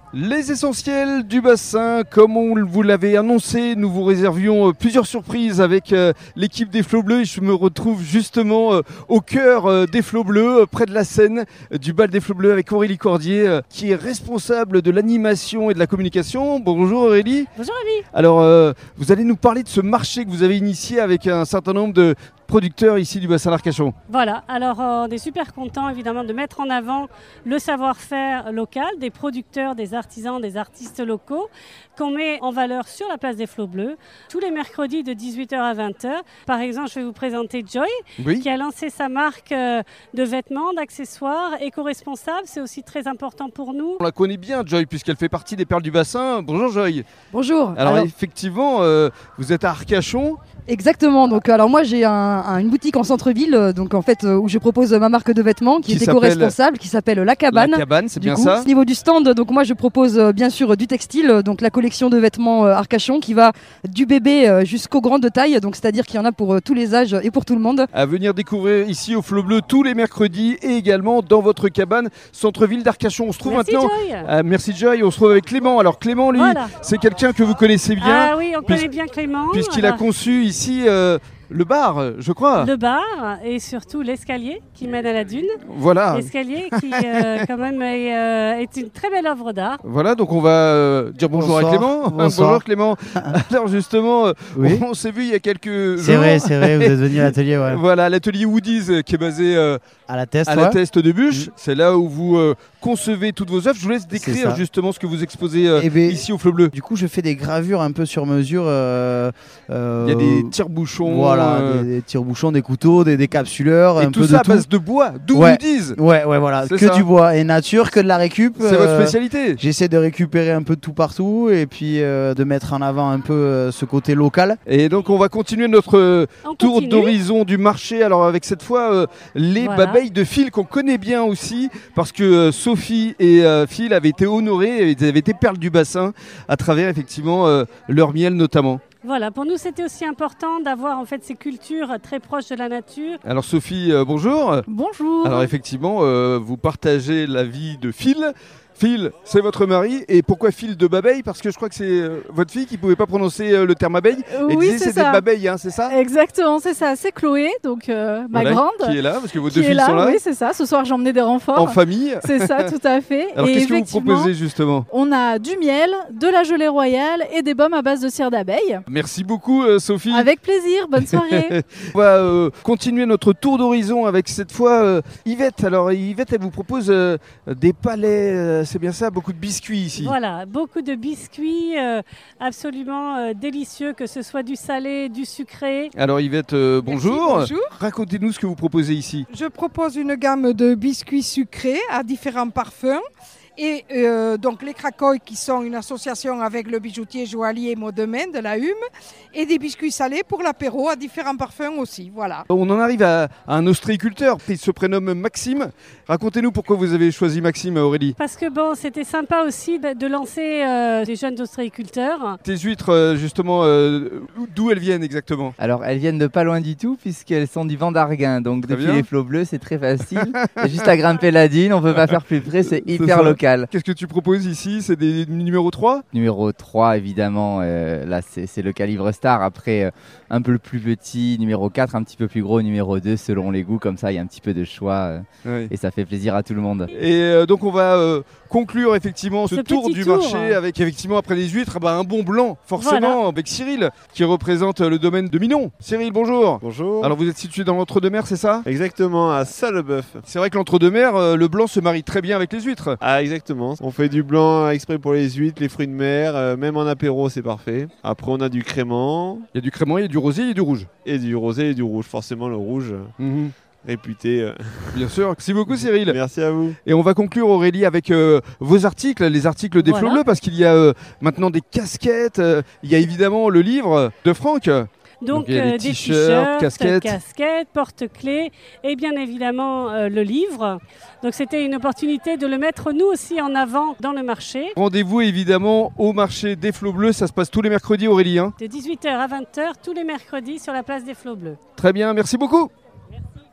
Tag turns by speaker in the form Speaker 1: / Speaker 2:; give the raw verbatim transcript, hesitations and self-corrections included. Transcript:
Speaker 1: Les essentiels du bassin, comme on vous l'avait annoncé, nous vous réservions plusieurs surprises avec l'équipe des Flots Bleus. Et je me retrouve justement au cœur des Flots Bleus, près de la scène du bal des Flots Bleus avec Aurélie Cordier, qui est responsable de l'animation et de la communication. Bonjour Aurélie.
Speaker 2: Bonjour Rémi.
Speaker 1: Alors, euh, vous allez nous parler de ce marché que vous avez initié avec un certain nombre de producteurs ici du bassin d'Arcachon.
Speaker 2: Voilà, alors euh, on est super contents évidemment de mettre en avant le savoir-faire local des producteurs, des artisans, des artistes locaux qu'on met en valeur sur la place des Flots Bleus tous les mercredis de dix-huit heures à vingt heures. Par exemple, je vais vous présenter Joy,
Speaker 1: oui.
Speaker 2: qui a lancé sa marque euh, de vêtements, d'accessoires éco-responsables. C'est aussi très important pour nous.
Speaker 1: On la connaît bien Joy puisqu'elle fait partie des perles du bassin. Bonjour Joy.
Speaker 3: Bonjour.
Speaker 1: Alors,
Speaker 3: alors
Speaker 1: effectivement, euh, vous êtes à Arcachon.
Speaker 3: Exactement. Donc alors moi j'ai un, un, une boutique en centre-ville, donc en fait où je propose ma marque de vêtements qui, qui est éco-responsable, qui s'appelle La Cabane.
Speaker 1: La Cabane, c'est bien
Speaker 3: coup,
Speaker 1: ça.
Speaker 3: Au niveau du stand, donc moi je propose bien sûr du textile, donc la collection de vêtements euh, Arcachon qui va du bébé euh, jusqu'aux grandes tailles, donc c'est-à-dire qu'il y en a pour euh, tous les âges et pour tout le monde.
Speaker 1: À venir découvrir ici au Flots Bleus tous les mercredis et également dans votre cabane centre-ville d'Arcachon. On se trouve
Speaker 2: merci
Speaker 1: maintenant.
Speaker 2: Joy.
Speaker 1: Euh, merci Joy. On se trouve avec Clément. Alors Clément, lui,
Speaker 2: voilà.
Speaker 1: c'est quelqu'un que vous connaissez bien.
Speaker 2: Ah oui, on connaît bien Clément.
Speaker 1: Puisqu'il a conçu ici. Euh, Le bar, je crois.
Speaker 2: Le bar et surtout l'escalier qui mène à la dune.
Speaker 1: Voilà.
Speaker 2: L'escalier qui euh, quand même est, euh, est une très belle œuvre d'art.
Speaker 1: Voilà, donc on va euh, dire bonjour
Speaker 4: Bonsoir.
Speaker 1: à Clément.
Speaker 4: Bonsoir.
Speaker 1: Bonjour Clément. Alors justement,
Speaker 4: oui.
Speaker 1: on s'est vu il y a quelques jours.
Speaker 4: C'est vrai, c'est vrai, vous êtes venu à l'atelier. Ouais.
Speaker 1: Voilà, l'atelier Woodies euh, qui est basé euh,
Speaker 4: à la Teste,
Speaker 1: à
Speaker 4: ouais.
Speaker 1: la Teste de Bûche.
Speaker 4: Mmh.
Speaker 1: C'est là où vous euh, concevez toutes vos œuvres. Je vous laisse décrire justement ce que vous exposez euh, ben, ici au Flots Bleus.
Speaker 4: Du coup, je fais des gravures un peu sur mesure. Euh,
Speaker 1: euh, il y a des tire-bouchons.
Speaker 4: Voilà,
Speaker 1: euh...
Speaker 4: des, des tire-bouchons, des couteaux, des, des capsuleurs.
Speaker 1: Et
Speaker 4: un
Speaker 1: tout
Speaker 4: peu
Speaker 1: ça
Speaker 4: de
Speaker 1: à
Speaker 4: tout.
Speaker 1: base de bois, d'où
Speaker 4: ouais.
Speaker 1: Woodies.
Speaker 4: Ouais, ouais, voilà. Que
Speaker 1: ça.
Speaker 4: du bois et nature, que de la récup.
Speaker 1: C'est euh, votre spécialité.
Speaker 4: J'essaie de récupérer un peu de tout partout et puis euh, de mettre en avant un peu euh, ce côté local.
Speaker 1: Et donc, on va continuer notre euh,
Speaker 2: on
Speaker 1: tour
Speaker 2: continue.
Speaker 1: d'horizon du marché. Alors, avec cette fois, euh, les
Speaker 2: voilà.
Speaker 1: babayes de Phil qu'on connaît bien aussi, parce que euh, Sophie et euh, Phil avaient été honorés, ils avaient été perles du bassin à travers effectivement euh, leur miel notamment.
Speaker 2: Voilà, pour nous c'était aussi important d'avoir en fait ces cultures très proches de la nature.
Speaker 1: Alors Sophie, euh, bonjour.
Speaker 5: Bonjour.
Speaker 1: Alors effectivement, euh, vous partagez la vie de Phil. Phil, c'est votre mari. Et pourquoi Phil de Babeille? Parce que je crois que c'est euh, votre fille qui ne pouvait pas prononcer euh, le terme abeille.
Speaker 5: Oui,
Speaker 1: et disait
Speaker 5: c'est
Speaker 1: c'était
Speaker 5: ça.
Speaker 1: Babeille, hein, c'est ça?
Speaker 5: Exactement, c'est ça. C'est Chloé, donc euh, ma
Speaker 1: voilà,
Speaker 5: grande.
Speaker 1: Qui est là, parce que vos
Speaker 5: qui
Speaker 1: deux
Speaker 5: est
Speaker 1: filles
Speaker 5: là,
Speaker 1: sont là.
Speaker 5: Oui, c'est ça. Ce soir, j'ai emmené des renforts.
Speaker 1: En famille.
Speaker 5: C'est ça, tout à fait.
Speaker 1: Alors
Speaker 5: et
Speaker 1: qu'est-ce que vous proposez justement?
Speaker 5: On a du miel, de la gelée royale et des baumes à base de cire d'abeille.
Speaker 1: Merci beaucoup euh, Sophie.
Speaker 5: Avec plaisir, bonne soirée.
Speaker 1: On va euh, continuer notre tour d'horizon avec cette fois euh, Yvette. Alors Yvette, elle vous propose euh, des palais, euh, c'est bien ça, beaucoup de biscuits ici.
Speaker 2: Voilà, beaucoup de biscuits euh, absolument euh, délicieux, que ce soit du salé, du sucré.
Speaker 1: Alors Yvette, euh, bonjour.
Speaker 6: Merci, bonjour.
Speaker 1: Racontez-nous ce que vous proposez ici.
Speaker 6: Je propose une gamme de biscuits sucrés à différents parfums. Et euh, donc les Cracoy qui sont une association avec le bijoutier joaillier Maudemain de la Hume, et des biscuits salés pour l'apéro à différents parfums aussi. Voilà.
Speaker 1: On en arrive à, à un ostréiculteur, il se prénomme Maxime. Racontez-nous pourquoi vous avez choisi Maxime, Aurélie.
Speaker 2: Parce que bon, c'était sympa aussi de, de lancer euh, des jeunes ostréiculteurs.
Speaker 1: Tes huîtres, euh, justement, euh, d'où elles viennent exactement?
Speaker 7: Alors elles viennent de pas loin du tout puisqu'elles sont du Vent d'Arguin, donc
Speaker 1: très
Speaker 7: depuis
Speaker 1: bien.
Speaker 7: Les Flots Bleus c'est très facile. C'est juste à grimper la dune, on peut pas faire plus près, c'est hyper local.
Speaker 1: Qu'est-ce que tu proposes ici? C'est des numéros trois?
Speaker 7: Numéro trois évidemment, euh, là c'est, c'est le calibre star. Après euh, un peu plus petit, numéro quatre, un petit peu plus gros, numéro deux selon les goûts, comme ça il y a un petit peu de choix euh,
Speaker 1: oui.
Speaker 7: et ça fait plaisir à tout le monde.
Speaker 1: Et euh, donc on va euh, conclure effectivement ce,
Speaker 2: ce
Speaker 1: tour du
Speaker 2: tour.
Speaker 1: marché avec effectivement après les huîtres bah, un bon blanc forcément
Speaker 2: voilà.
Speaker 1: Avec Cyril qui représente le domaine de Minon. Cyril, bonjour.
Speaker 8: Bonjour.
Speaker 1: Alors vous êtes situé dans l'Entre-deux-Mers, c'est ça?
Speaker 8: Exactement, à Sallebeuf.
Speaker 1: C'est vrai que l'Entre-deux-Mers, euh, le blanc se marie très bien avec les huîtres.
Speaker 8: Ah exactement, on fait du blanc exprès pour les huîtres, les fruits de mer, euh, même en apéro c'est parfait. Après on a du crément.
Speaker 1: Il y a du crément, il y a du rosé et du rouge.
Speaker 8: Et du rosé et du rouge, forcément le rouge.
Speaker 1: Mmh.
Speaker 8: Réputé. Euh...
Speaker 1: Bien sûr. Merci beaucoup Cyril.
Speaker 8: Merci à vous.
Speaker 1: Et on va conclure Aurélie avec euh, vos articles, les articles des
Speaker 2: voilà.
Speaker 1: Flots Bleus, parce qu'il y a euh, maintenant des casquettes, euh, il y a évidemment le livre de Franck.
Speaker 2: Donc,
Speaker 1: Donc euh,
Speaker 2: des
Speaker 1: t-shirts,
Speaker 2: t-shirts,
Speaker 1: casquettes,
Speaker 2: casquettes porte-clés et bien évidemment euh, le livre. Donc c'était une opportunité de le mettre nous aussi en avant dans le marché.
Speaker 1: Rendez-vous évidemment au marché des Flots Bleus, ça se passe tous les mercredis Aurélie. Hein.
Speaker 2: De dix-huit heures à vingt heures tous les mercredis sur la place des Flots Bleus.
Speaker 1: Très bien, merci beaucoup.